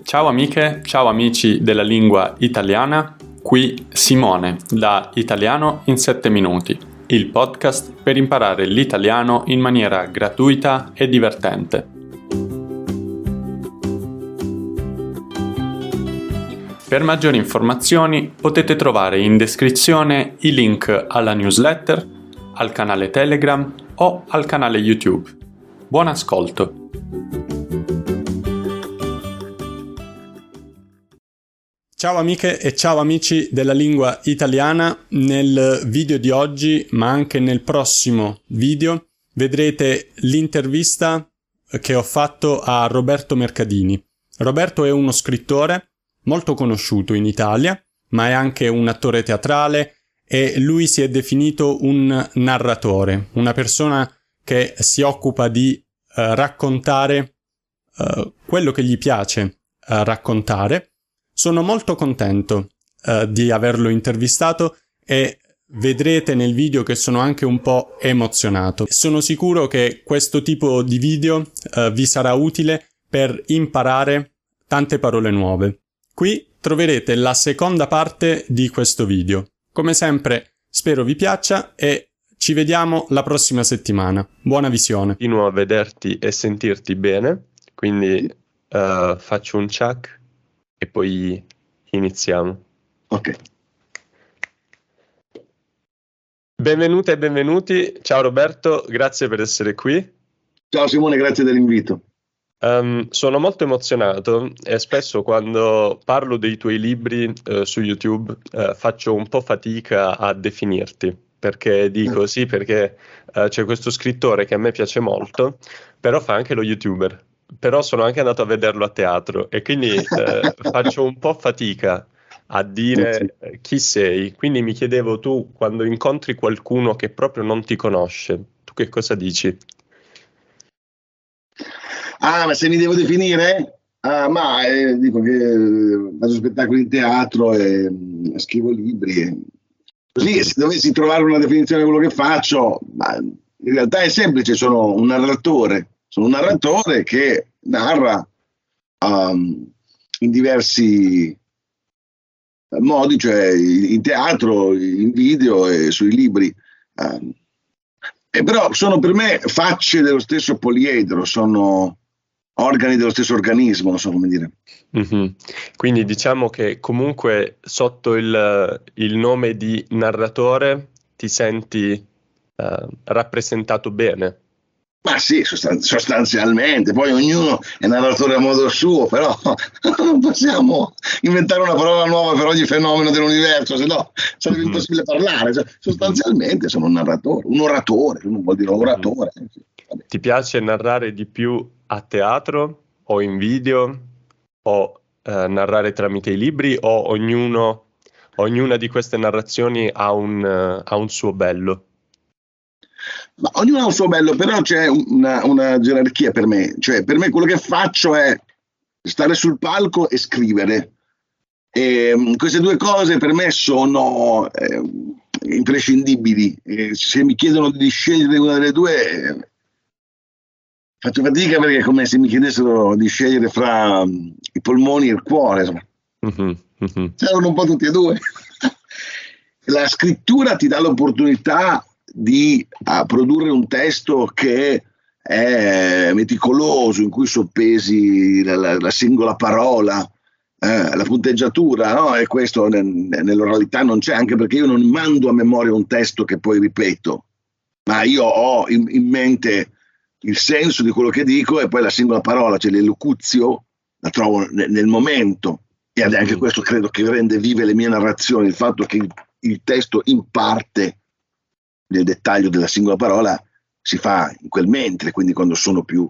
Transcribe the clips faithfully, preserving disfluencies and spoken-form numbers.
Ciao amiche, ciao amici della lingua italiana, qui Simone da Italiano in sette minuti, il podcast per imparare l'italiano in maniera gratuita e divertente. Per maggiori informazioni potete trovare in descrizione i link alla newsletter, al canale Telegram o al canale YouTube. Buon ascolto! Ciao amiche e ciao amici della lingua italiana. Nel video di oggi, ma anche nel prossimo video, vedrete l'intervista che ho fatto a Roberto Mercadini. Roberto è uno scrittore molto conosciuto in Italia, ma è anche un attore teatrale e lui si è definito un narratore, una persona che si occupa di uh, raccontare uh, quello che gli piace uh, raccontare. Sono molto contento uh, di averlo intervistato e vedrete nel video che sono anche un po' emozionato. Sono sicuro che questo tipo di video uh, vi sarà utile per imparare tante parole nuove. Qui troverete la seconda parte di questo video. Come sempre spero vi piaccia e ci vediamo la prossima settimana. Buona visione. Continuo a vederti e sentirti bene, quindi uh, faccio un check e poi iniziamo. Ok. Benvenute e benvenuti. Ciao Roberto, grazie per essere qui. Ciao Simone, grazie dell'invito. Um, sono molto emozionato e spesso quando parlo dei tuoi libri uh, su YouTube uh, faccio un po' fatica a definirti, perché dico sì, perché uh, c'è questo scrittore che a me piace molto, però fa anche lo YouTuber. Però sono anche andato a vederlo a teatro e quindi eh, faccio un po' fatica a dire eh, chi sei. Quindi mi chiedevo, tu quando incontri qualcuno che proprio non ti conosce, tu che cosa dici? Ah, ma se mi devo definire? Ah, ma eh, dico che eh, faccio spettacoli in teatro e mm, scrivo libri. E... Così, se dovessi trovare una definizione di quello che faccio, ma in realtà è semplice, sono un narratore. Sono un narratore che narra um, in diversi modi, cioè in teatro, in video e sui libri. Um, e però sono per me facce dello stesso poliedro, sono organi dello stesso organismo, non so come dire. Mm-hmm. Quindi diciamo che comunque sotto il, il nome di narratore ti senti uh, rappresentato bene. Ma sì, sostan- sostanzialmente, poi ognuno è narratore a modo suo, però non possiamo inventare una parola nuova per ogni fenomeno dell'universo, se no sarebbe Mm-hmm. impossibile parlare. Cioè, sostanzialmente sono un narratore, un oratore, uno vuol dire oratore. Mm-hmm. Ti piace narrare di più a teatro o in video o eh, narrare tramite i libri o ognuno, ognuna di queste narrazioni ha un, uh, ha un suo bello? Ma ognuno ha un suo bello, però c'è una, una gerarchia per me. Cioè, per me quello che faccio è stare sul palco e scrivere. E, um, queste due cose per me sono eh, imprescindibili. E se mi chiedono di scegliere una delle due, eh, faccio fatica perché è come se mi chiedessero di scegliere fra um, i polmoni e il cuore. Insomma. Mm-hmm. Mm-hmm. Servono un po' tutti e due. La scrittura ti dà l'opportunità di uh, produrre un testo che è meticoloso, in cui soppesi la, la, la singola parola, eh, la punteggiatura, no? E questo nel, nell'oralità non c'è, anche perché io non mando a memoria un testo che poi ripeto, ma io ho in, in mente il senso di quello che dico e poi la singola parola, cioè l'elocuzio, la trovo nel, nel momento. E anche questo credo che rende vive le mie narrazioni, il fatto che il, il testo in parte nel dettaglio della singola parola si fa in quel mentre, quindi quando sono più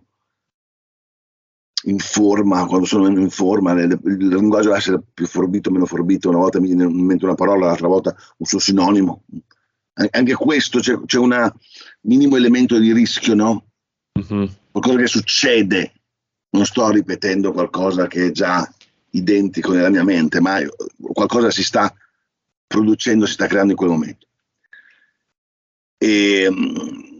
in forma, quando sono meno in forma, il, il linguaggio deve essere più forbito o meno forbito, una volta mi viene in mente una parola, l'altra volta un suo sinonimo. Anche questo c'è, c'è un minimo elemento di rischio, no? Mm-hmm. Qualcosa che succede, non sto ripetendo qualcosa che è già identico nella mia mente, ma qualcosa si sta producendo, si sta creando in quel momento. E, um,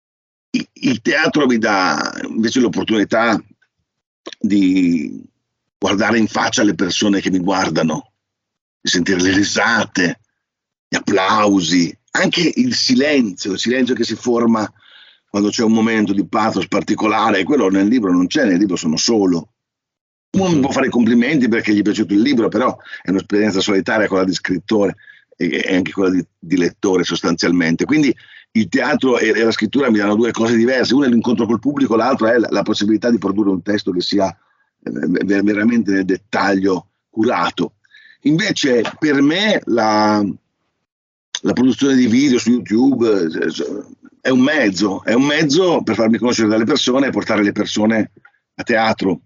il teatro mi dà invece l'opportunità di guardare in faccia le persone che mi guardano, di sentire le risate, gli applausi, anche il silenzio, il silenzio che si forma quando c'è un momento di pathos particolare, e quello nel libro non c'è, nel libro sono solo. Uno mi può fare i complimenti perché gli è piaciuto il libro, però è un'esperienza solitaria quella di scrittore e anche quella di, di lettore sostanzialmente. Quindi il teatro e, e la scrittura mi danno due cose diverse, una è l'incontro col pubblico, l'altra è la, la possibilità di produrre un testo che sia eh, veramente nel dettaglio curato. Invece per me la, la produzione di video su YouTube eh, è un mezzo, è un mezzo per farmi conoscere dalle persone e portare le persone a teatro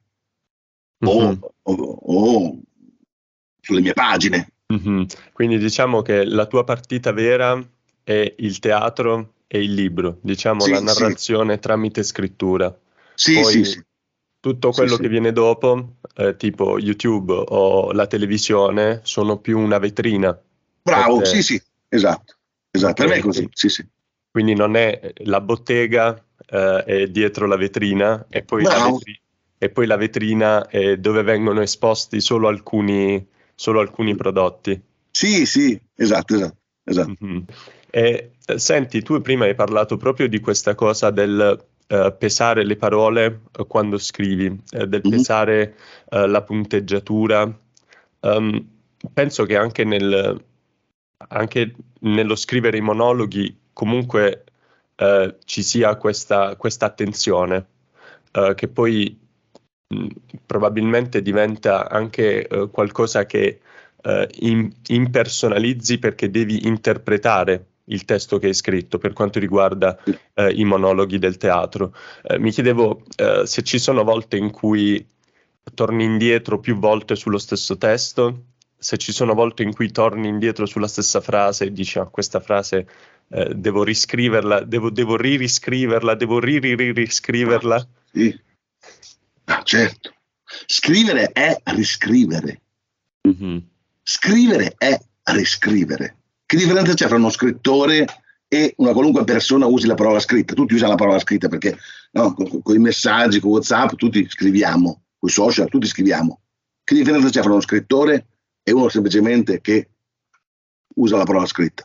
o, mm-hmm. o, o sulle mie pagine. Mm-hmm. Quindi diciamo che la tua partita vera è il teatro e il libro, diciamo sì, la narrazione sì. tramite scrittura. Sì, Poi sì, sì. tutto quello sì, che sì. viene dopo, eh, tipo YouTube o la televisione, sono più una vetrina. Bravo, sì, sì, esatto. esatto. Okay. Per me è così, sì, sì. Quindi non è la bottega eh, è dietro la vetrina e poi la, vetri- e poi la vetrina è dove vengono esposti solo alcuni, solo alcuni prodotti. Sì, sì, esatto, esatto. esatto. Mm-hmm. E, senti, tu prima hai parlato proprio di questa cosa del uh, pesare le parole uh, quando scrivi, uh, del mm-hmm. pesare uh, la punteggiatura. Um, penso che anche, nel, anche nello scrivere i monologhi comunque uh, ci sia questa, questa attenzione uh, che poi mh, probabilmente diventa anche uh, qualcosa che uh, in, impersonalizzi perché devi interpretare il testo che hai scritto per quanto riguarda uh, i monologhi del teatro. Uh, mi chiedevo uh, se ci sono volte in cui torni indietro più volte sullo stesso testo, se ci sono volte in cui torni indietro sulla stessa frase e dici ah, questa frase eh, devo riscriverla, devo, devo ririscriverla, devo ri-ri-riscriverla. Sì, ah, certo. Scrivere è riscrivere. Mm-hmm. Scrivere è riscrivere. Che differenza c'è fra uno scrittore e una qualunque persona usi la parola scritta? Tutti usano la parola scritta perché no, con, con i messaggi, con WhatsApp, tutti scriviamo. Con i social, tutti scriviamo. Che differenza c'è fra uno scrittore e uno semplicemente che usa la parola scritta?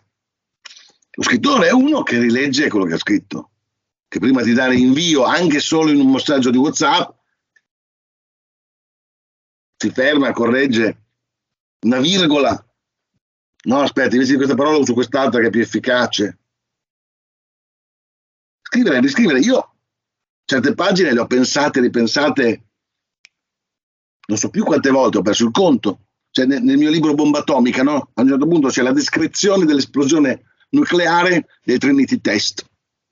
Lo scrittore è uno che rilegge quello che ha scritto, che prima di dare invio, anche solo in un messaggio di WhatsApp, si ferma, corregge una virgola. No, aspetta, invece di questa parola uso quest'altra che è più efficace. Scrivere, riscrivere. Io certe pagine le ho pensate, ripensate, non so più quante volte, ho perso il conto. Cioè, nel, nel mio libro Bomba Atomica, no? A un certo punto c'è la descrizione dell'esplosione nucleare del Trinity Test.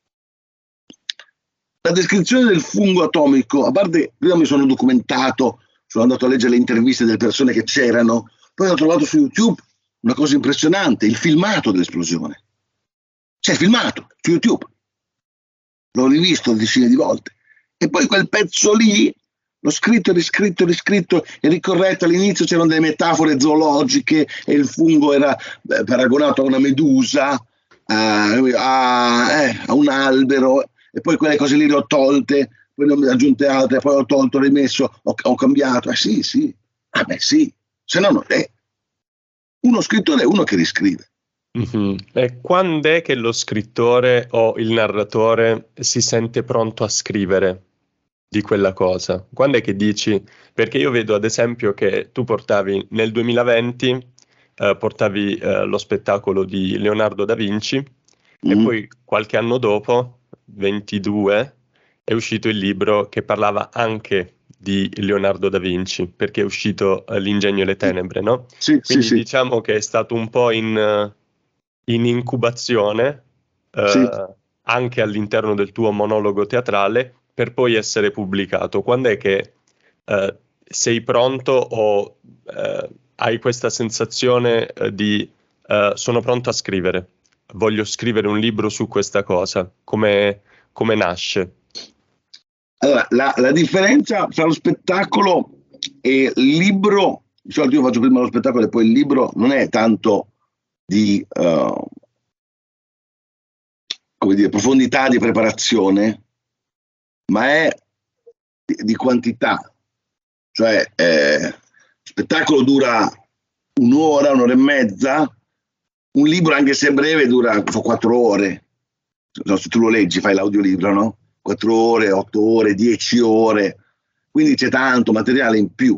La descrizione del fungo atomico, a parte, prima mi sono documentato, sono andato a leggere le interviste delle persone che c'erano, poi ho trovato su YouTube una cosa impressionante, il filmato dell'esplosione. C'è filmato su YouTube. L'ho rivisto decine di volte. E poi quel pezzo lì, l'ho scritto, riscritto, riscritto e ricorretto. All'inizio c'erano delle metafore zoologiche e il fungo era beh, paragonato a una medusa, a, a, eh, a un albero, e poi quelle cose lì le ho tolte, poi ne ho aggiunte altre, poi ho tolto, rimesso, ho, ho cambiato. Eh sì, sì, ah beh sì, se no non è. Uno scrittore è uno che riscrive. Mm-hmm. E quando è che lo scrittore o il narratore si sente pronto a scrivere di quella cosa? Quando è che dici? Perché io vedo ad esempio che tu portavi nel duemilaventi eh, portavi eh, lo spettacolo di Leonardo da Vinci mm. e poi qualche anno dopo, ventidue, è uscito il libro che parlava anche di Leonardo da Vinci, perché è uscito uh, L'ingegno e le tenebre, no? Sì, Quindi sì, diciamo sì. che è stato un po' in, uh, in incubazione uh, sì. anche all'interno del tuo monologo teatrale per poi essere pubblicato. Quando è che uh, sei pronto o uh, hai questa sensazione uh, di uh, sono pronto a scrivere, voglio scrivere un libro su questa cosa, come, come nasce? Allora, la, la differenza tra lo spettacolo e il libro, di solito io faccio prima lo spettacolo e poi il libro, non è tanto di uh, come dire, profondità di preparazione, ma è di, di quantità. cioè eh, spettacolo dura un'ora, un'ora e mezza, un libro anche se è breve dura quattro ore, no, se tu lo leggi fai l'audiolibro, no? quattro ore, otto ore, dieci ore, quindi c'è tanto materiale in più.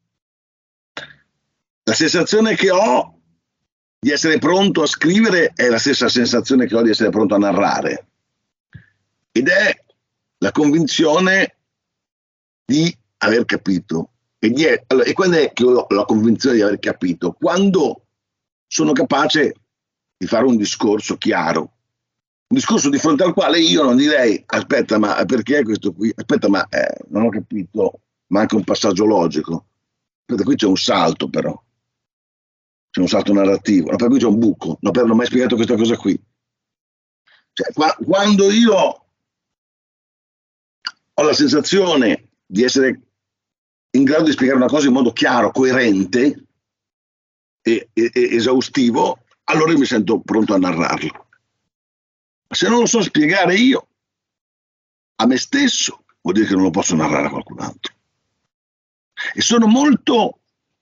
La sensazione che ho di essere pronto a scrivere è la stessa sensazione che ho di essere pronto a narrare, ed è la convinzione di aver capito. E, di, allora, e quando è che ho la convinzione di aver capito? Quando sono capace di fare un discorso chiaro, un discorso di fronte al quale io non direi aspetta ma perché questo qui, aspetta ma eh, non ho capito, manca un passaggio logico, aspetta qui c'è un salto però, c'è un salto narrativo, no, per cui c'è un buco, no, per non ho mai spiegato questa cosa qui. Cioè, qua, quando io ho la sensazione di essere in grado di spiegare una cosa in modo chiaro, coerente e, e, e esaustivo, allora io mi sento pronto a narrarlo. Se non lo so spiegare io a me stesso, vuol dire che non lo posso narrare a qualcun altro. E sono molto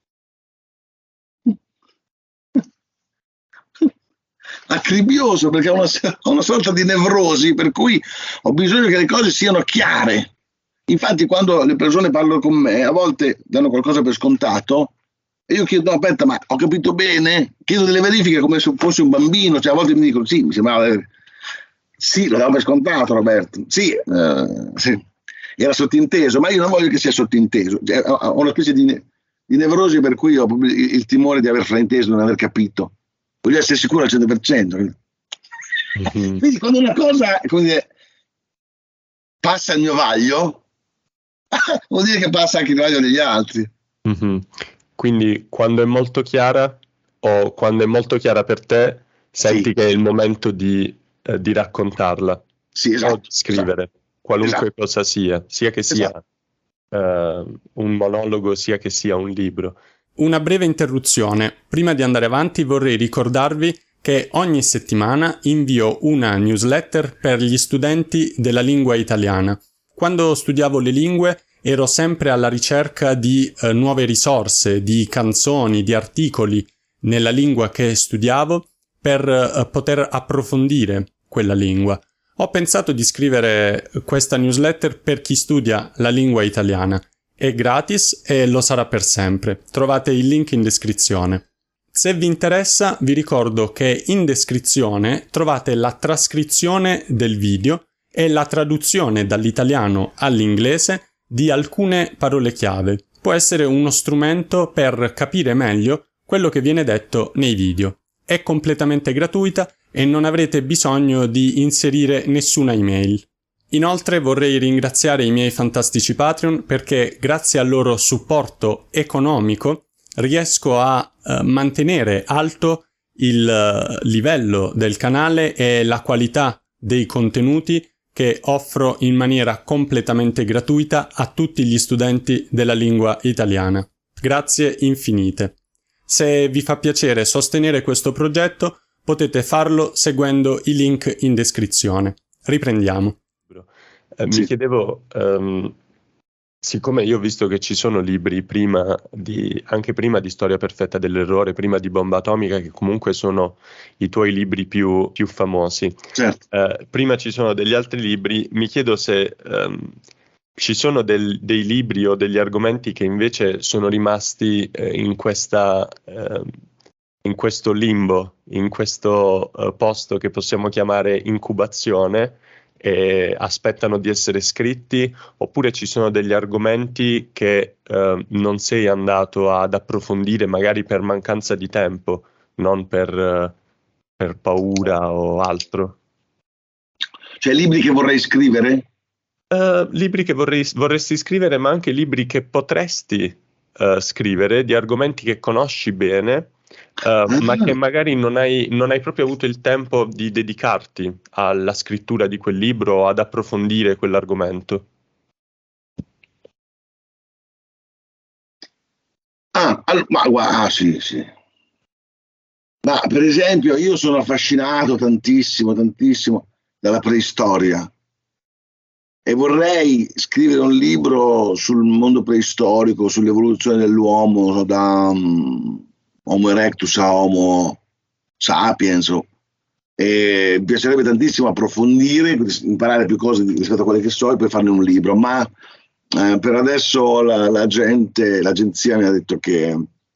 acribioso perché ho una, ho una sorta di nevrosi per cui ho bisogno che le cose siano chiare. Infatti quando le persone parlano con me a volte danno qualcosa per scontato e io chiedo, no, aspetta, ma ho capito bene? Chiedo delle verifiche come se fossi un bambino, cioè a volte mi dicono sì, mi sembrava sì, lo davo per scontato Roberto, sì, eh, sì, era sottinteso, ma io non voglio che sia sottinteso, cioè, ho una specie di, di nevrosi per cui ho il, il timore di aver frainteso, non aver capito. Voglio essere sicuro al cento per cento. Mm-hmm. Quindi quando una cosa dire, passa il mio vaglio, vuol dire che passa anche il vaglio degli altri. Mm-hmm. Quindi quando è molto chiara o quando è molto chiara per te, senti sì. che è il momento di, eh, di raccontarla, sì, esatto, o di scrivere, esatto. qualunque esatto. cosa sia, sia che sia esatto. uh, un monologo, sia che sia un libro. Una breve interruzione. Prima di andare avanti vorrei ricordarvi che ogni settimana invio una newsletter per gli studenti della lingua italiana. Quando studiavo le lingue ero sempre alla ricerca di eh, nuove risorse, di canzoni, di articoli nella lingua che studiavo per eh, poter approfondire quella lingua. Ho pensato di scrivere questa newsletter per chi studia la lingua italiana. È gratis e lo sarà per sempre. Trovate il link in descrizione. Se vi interessa, vi ricordo che in descrizione trovate la trascrizione del video e la traduzione dall'italiano all'inglese di alcune parole chiave. Può essere uno strumento per capire meglio quello che viene detto nei video. È completamente gratuita e non avrete bisogno di inserire nessuna email. Inoltre vorrei ringraziare i miei fantastici Patreon perché grazie al loro supporto economico riesco a uh, mantenere alto il uh, livello del canale e la qualità dei contenuti che offro in maniera completamente gratuita a tutti gli studenti della lingua italiana. Grazie infinite. Se vi fa piacere sostenere questo progetto, potete farlo seguendo i link in descrizione. Riprendiamo. Eh, mi sì. chiedevo, um, siccome io ho visto che ci sono libri prima di, anche prima di Storia perfetta dell'errore, prima di Bomba atomica, che comunque sono i tuoi libri più, più famosi. Certo. Uh, prima ci sono degli altri libri, mi chiedo se um, ci sono del, dei libri o degli argomenti che invece sono rimasti eh, in questa... Eh, in questo limbo, in questo uh, posto che possiamo chiamare incubazione, e aspettano di essere scritti, oppure ci sono degli argomenti che uh, non sei andato ad approfondire magari per mancanza di tempo, non per, uh, per paura o altro. Cioè libri che vorrei scrivere? Uh, libri che vorrei, vorresti scrivere, ma anche libri che potresti uh, scrivere, di argomenti che conosci bene, Uh, ah. ma che magari non hai, non hai proprio avuto il tempo di dedicarti alla scrittura di quel libro o ad approfondire quell'argomento. Ah, all- ma ah, sì, sì. Ma per esempio io sono affascinato tantissimo, tantissimo dalla preistoria. e vorrei scrivere un libro sul mondo preistorico, sull'evoluzione dell'uomo, da um, Homo erectus a Homo sapiens. o- E mi piacerebbe tantissimo approfondire, imparare più cose di- rispetto a quelle che so e poi farne un libro, ma eh, per adesso la, la gente, l'agenzia mi ha detto che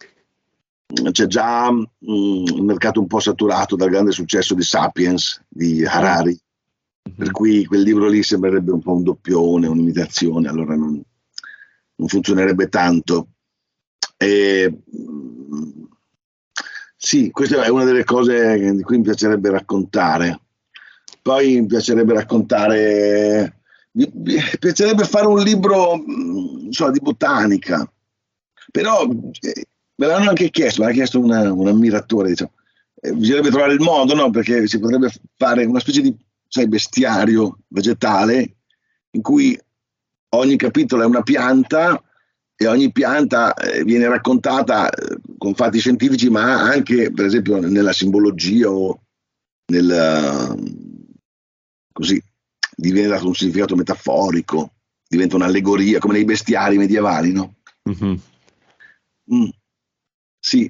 c'è già mm, un mercato un po' saturato dal grande successo di Sapiens di Harari, per Mhm. cui quel libro lì sembrerebbe un po' un doppione, un'imitazione, allora non, non funzionerebbe tanto. E, mm, sì, questa è una delle cose che- di cui mi piacerebbe raccontare. Poi mi piacerebbe raccontare, mi, mi piacerebbe fare un libro, mm, insomma, di botanica, però eh, me l'hanno anche chiesto, me l'ha chiesto una- un ammiratore, diciamo. Eh, bisognerebbe trovare il modo, no? Perché si potrebbe fare una specie di, sai, bestiario vegetale in cui ogni capitolo è una pianta e ogni pianta eh, viene raccontata eh, con fatti scientifici, ma anche, per esempio, nella simbologia o nel, eh, così, diventa un significato metaforico, diventa un'allegoria, come nei bestiari medievali, no? Mhm. Mm, sì,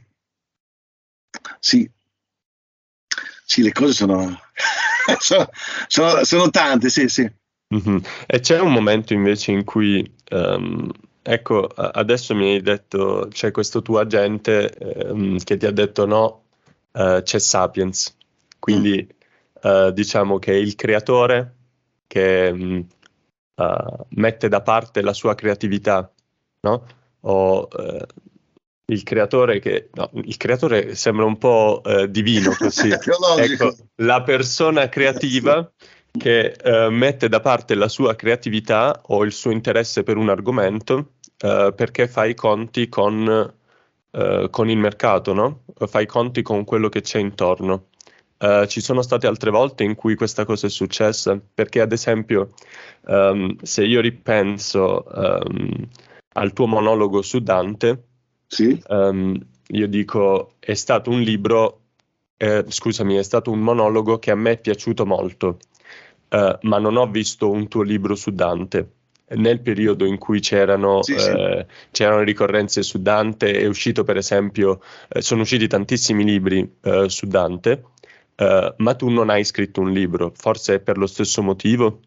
sì, sì, le cose sono, sono, sono, sono tante, sì, sì. Mhm. E c'è un momento invece in cui, ehm, ecco, a- adesso mi hai detto, c'è questo tuo agente ehm, che ti ha detto no, eh, c'è Sapiens, Mm, quindi eh, diciamo che il creatore che mh, eh, mette da parte la sua creatività, no? O eh, il creatore che, no, il creatore sembra un po' eh, divino così. teologico. Ecco, la persona creativa che eh, mette da parte la sua creatività o il suo interesse per un argomento eh, perché fa i conti con, eh, con il mercato, no? Fa i conti con quello che c'è intorno. Eh, ci sono state altre volte in cui questa cosa è successa, perché ad esempio, ehm, se io ripenso ehm, al tuo monologo su Dante, Sì, ehm, io dico, è stato un libro, eh, scusami, è stato un monologo che a me è piaciuto molto, eh, ma non ho visto un tuo libro su Dante. Nel periodo in cui c'erano sì, sì. eh, c'erano ricorrenze su Dante, è uscito per esempio, eh, sono usciti tantissimi libri eh, su Dante, eh, ma tu non hai scritto un libro, forse è per lo stesso motivo?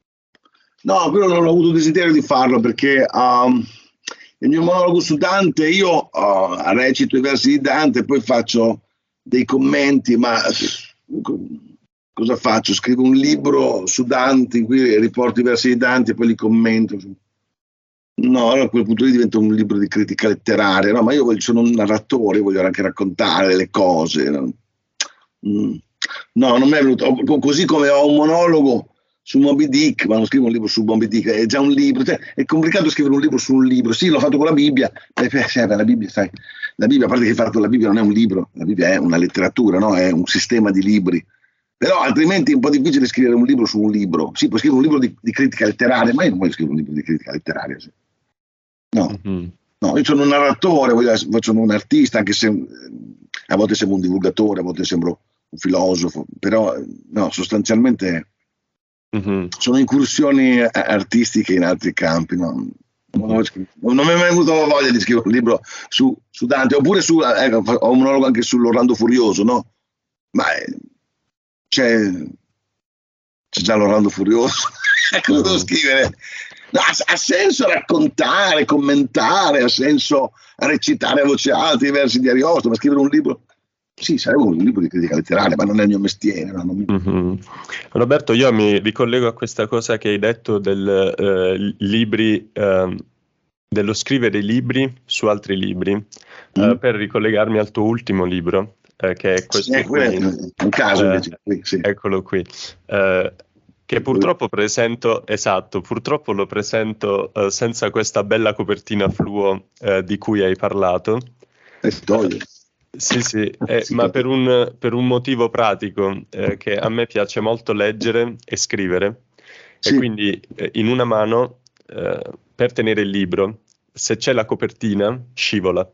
No, però non ho avuto desiderio di farlo perché um, il mio monologo su Dante, io uh, recito i versi di Dante, poi faccio dei commenti, ma eh, co- cosa faccio? Scrivo un libro su Dante in cui riporto i versi di Dante e poi li commento. No, allora a quel punto lì diventa un libro di critica letteraria, no? Ma io voglio, sono un narratore, voglio anche raccontare le cose. No? Mm. No, non mi è venuto. ho- Così come ho un monologo su Moby Dick, ma non scrivo un libro su Moby Dick, è già un libro. Cioè, è complicato scrivere un libro su un libro. Sì, l'ho fatto con la Bibbia, eh, eh, sì, la Bibbia, sai, la Bibbia, a parte che hai fatto la Bibbia non è un libro, la Bibbia è una letteratura, no? È un sistema di libri. Però altrimenti è un po' difficile scrivere un libro su un libro. Sì, puoi scrivere un libro di, di critica letteraria, ma io non voglio scrivere un libro di critica letteraria. Sì. No, Mhm. no, io sono un narratore, voglio, sono un artista, anche se eh, a volte sembro un divulgatore, a volte sembro un filosofo, però eh, no, sostanzialmente Mhm. sono incursioni eh, artistiche in altri campi. No? Non, Mhm. ho scritto- non mi è mai avuto voglia di scrivere un libro su, su Dante, oppure su, eh, ecco, fa- ho un monologo anche sull'Orlando Furioso, no? Ma eh, c'è, c'è già l'Orlando Furioso, cosa devo Mhm. scrivere? No, ha, ha senso raccontare, commentare, ha senso recitare a voce alta i versi di Ariosto, ma scrivere un libro, sì, sarebbe un libro di critica letteraria, ma non è il mio mestiere. No? Non mi- Mhm. Roberto, io mi ricollego a questa cosa che hai detto del eh, libri, ehm, dello scrivere libri su altri libri, eh, Mm? per ricollegarmi al tuo ultimo libro, eh, che è Sì, questo eh, quello qui, è un caso eh, invece, qui, sì. eccolo qui, eh, che purtroppo presento, esatto, purtroppo lo presento eh, senza questa bella copertina fluo eh, di cui hai parlato. E Eh, toglie. sì, sì, eh, Sì, ma capisco. per un, per un motivo pratico, eh, che a me piace molto leggere e scrivere, e Sì, quindi eh, in una mano, eh, per tenere il libro, se c'è la copertina, scivola.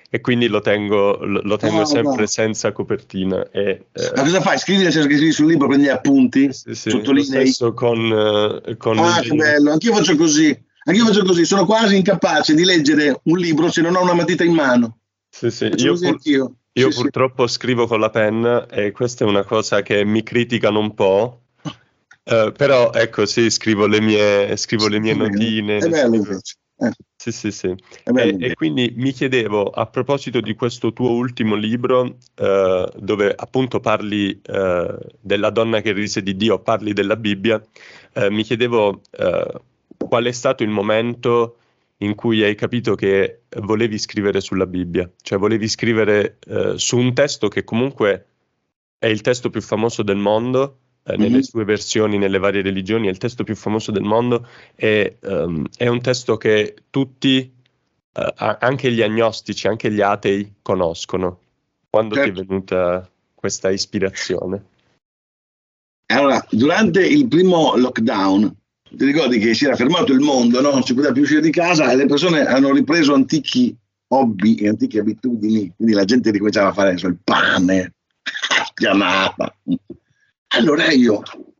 e quindi lo tengo, lo, lo tengo No, sempre no. senza copertina. E, eh, Ma cosa fai? Scrivi nel senso che scrivi sul libro, prendi gli appunti, sì, sì, lo sottolinei. stesso con, eh, con Ah, che bello, anch'io faccio così. Anch'io faccio così, sono quasi incapace di leggere un libro se non ho una matita in mano. Sì, sì. Faccio Io, così pur- anch'io. io Sì, sì. purtroppo scrivo con la penna e questa è una cosa che mi criticano un po', eh, però ecco sì, scrivo le mie, scrivo Sì, le mie è bello, notine, è bello scrivo- invece. Eh, Sì, sì, sì. è bello E, e invece. quindi mi chiedevo, a proposito di questo tuo ultimo libro, eh, dove appunto parli eh, della donna che rise di Dio, parli della Bibbia, eh, mi chiedevo eh, qual è stato il momento in cui hai capito che volevi scrivere sulla Bibbia, cioè volevi scrivere eh, su un testo che comunque è il testo più famoso del mondo, eh, nelle Mhm. sue versioni, nelle varie religioni, è il testo più famoso del mondo e ehm, è un testo che tutti, eh, a- anche gli agnostici, anche gli atei, conoscono. Quando ti è Certo. venuta questa ispirazione? Allora, durante il primo lockdown, ti ricordi che si era fermato il mondo, no? Non si poteva più uscire di casa e le persone hanno ripreso antichi hobby e antiche abitudini, quindi la gente ricominciava a fare non so, il pane, la chiamata. Allora io,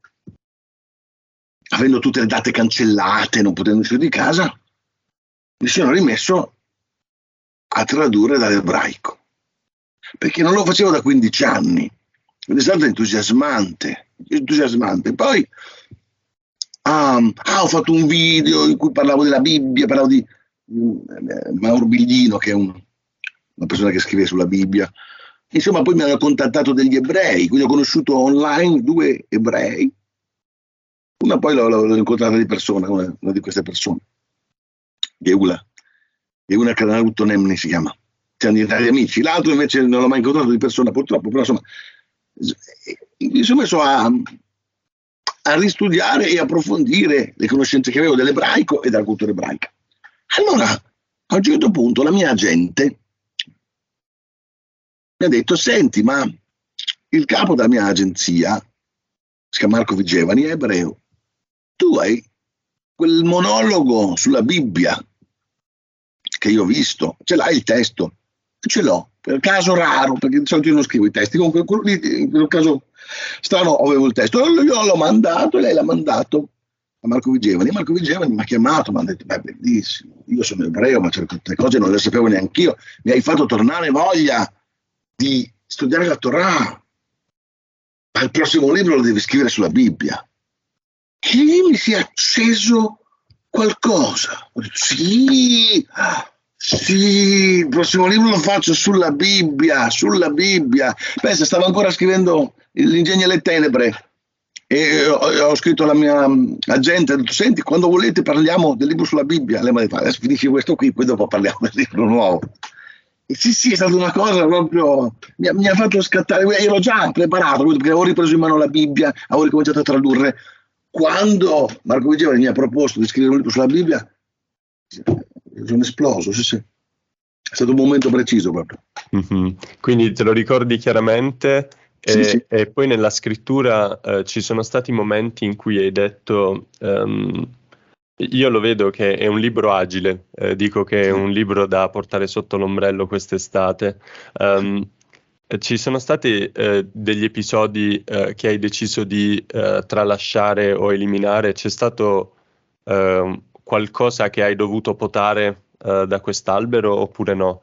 avendo tutte le date cancellate, non potendo uscire di casa, mi sono rimesso a tradurre dall'ebraico, perché non lo facevo da quindici anni, ed è stato entusiasmante, entusiasmante. Poi ah, ah, ho fatto un video in cui parlavo della Bibbia, parlavo di eh, Mauro Biglino, che è un, una persona che scrive sulla Bibbia. Insomma, poi mi hanno contattato degli ebrei, quindi ho conosciuto online due ebrei. Una poi l'ho, l'ho incontrata di persona, una, una di queste persone, Geula, Geula Kanaruto Nemni si chiama. Siamo diventati amici. L'altro invece non l'ho mai incontrato di persona, purtroppo, però insomma, mi sono messo a, a ristudiare e approfondire le conoscenze che avevo dell'ebraico e della cultura ebraica. Allora, a un certo punto la mia agente mi ha detto: senti, ma il capo della mia agenzia, si chiama Marco Vigevani, è ebreo. Tu hai quel monologo sulla Bibbia che io ho visto, ce l'hai il testo? Ce l'ho, per caso raro, perché di solito io non scrivo i testi, comunque quello lì, in quel caso strano avevo il testo, io l'ho mandato e lei l'ha mandato a Marco Vigevani. Marco Vigevani mi ha chiamato, mi ha detto: beh, bellissimo, io sono ebreo, ma certe cose non le sapevo neanche io, mi hai fatto tornare voglia di studiare la Torah, ma il prossimo libro lo devi scrivere sulla Bibbia. E lì mi si è acceso qualcosa. Ho detto: sì, sì, il prossimo libro lo faccio sulla Bibbia, sulla Bibbia. Pensa, stavo ancora scrivendo L'ingegno delle tenebre e ho, ho scritto alla mia agente, ho detto: senti, quando volete parliamo del libro sulla Bibbia. Lei mi ha detto: adesso finisci questo qui, poi dopo parliamo del libro nuovo. E sì, sì, è stata una cosa proprio, mi ha, mi ha fatto scattare, ero già preparato, perché avevo ripreso in mano la Bibbia, avevo ricominciato a tradurre. Quando Marco Vigevani mi ha proposto di scrivere un libro sulla Bibbia, sono esploso, sì, sì. È stato un momento preciso proprio. Mm-hmm. Quindi te lo ricordi chiaramente e, Sì, sì. e poi nella scrittura eh, ci sono stati momenti in cui hai detto um, io lo vedo che è un libro agile, eh, dico che è un libro da portare sotto l'ombrello quest'estate. Um, ci sono stati eh, degli episodi eh, che hai deciso di eh, tralasciare o eliminare? C'è stato eh, qualcosa che hai dovuto potare eh, da quest'albero oppure no?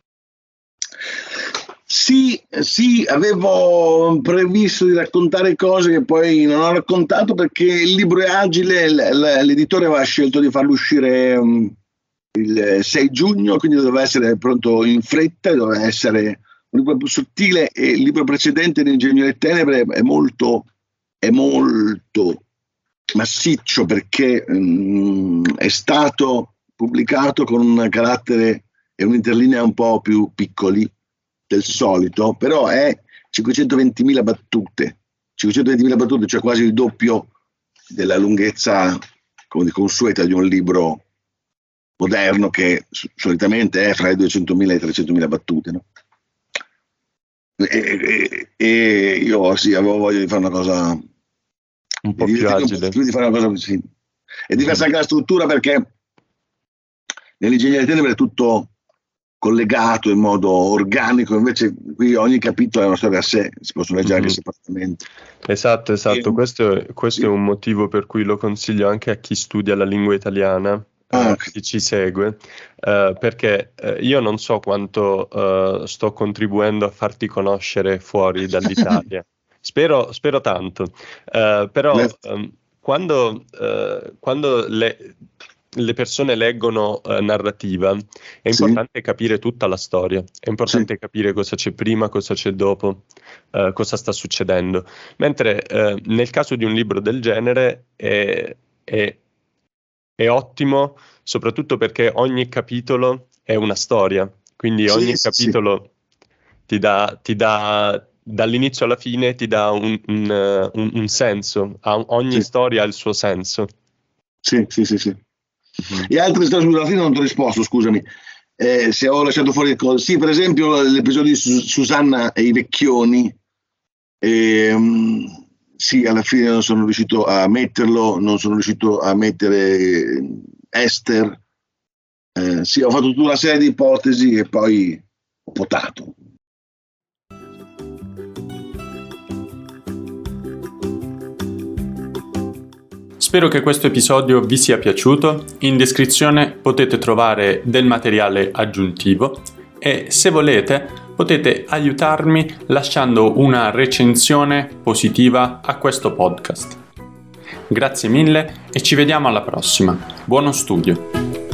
Sì, sì, avevo previsto di raccontare cose che poi non ho raccontato perché il libro è agile, l'editore aveva scelto di farlo uscire um, il sei giugno, quindi doveva essere pronto in fretta, doveva essere un libro più sottile, e il libro precedente, L'ingegno delle tenebre, è molto, è molto massiccio perché um, è stato pubblicato con un carattere e un'interlinea un po' più piccoli del solito, però è cinquecentoventimila battute, cinquecentoventimila battute, cioè quasi il doppio della lunghezza come consueta di un libro moderno che solitamente è fra le duecentomila e le trecentomila battute, no? E, e, e io sì, avevo voglia di fare una cosa un po' di, più di, agile. di fare una cosa sì. È diversa anche la struttura perché nell'ingegneria delle tenebre è tutto collegato in modo organico, invece qui ogni capitolo è una storia a sé, si possono leggere Mm-hmm. anche separatamente. Esatto, esatto, E- questo, è- questo è un motivo per cui lo consiglio anche a chi studia la lingua italiana, eh, Ah, a ok. chi ci segue, eh, perché eh, io non so quanto eh, sto contribuendo a farti conoscere fuori dall'Italia. Spero, spero tanto, eh, però Grazie. ehm, quando, eh, quando le, le persone leggono eh, narrativa, è Sì, importante capire tutta la storia, è sì, importante capire cosa c'è prima, cosa c'è dopo, eh, cosa sta succedendo. Mentre eh, nel caso di un libro del genere è, è- è ottimo, soprattutto perché ogni capitolo è una storia, quindi sì, ogni sì, sì, capitolo ti dà, ti dà dall'inizio alla fine ti dà un, un, eh, un- un senso, ha- ogni sì, storia ha il suo senso. sì, sì, sì, sì. Mhm. E altre storie, scusa, alla fine non ti ho risposto, scusami. Eh, se ho lasciato fuori cose. Sì, per esempio l'episodio di Su- Susanna e i vecchioni. ehm, sì, alla fine non sono riuscito a metterlo, non sono riuscito a mettere eh, Esther. Eh, sì, ho fatto tutta una serie di ipotesi e poi ho potato. Spero che questo episodio vi sia piaciuto. In descrizione potete trovare del materiale aggiuntivo e se volete potete aiutarmi lasciando una recensione positiva a questo podcast. Grazie mille e ci vediamo alla prossima. Buono studio!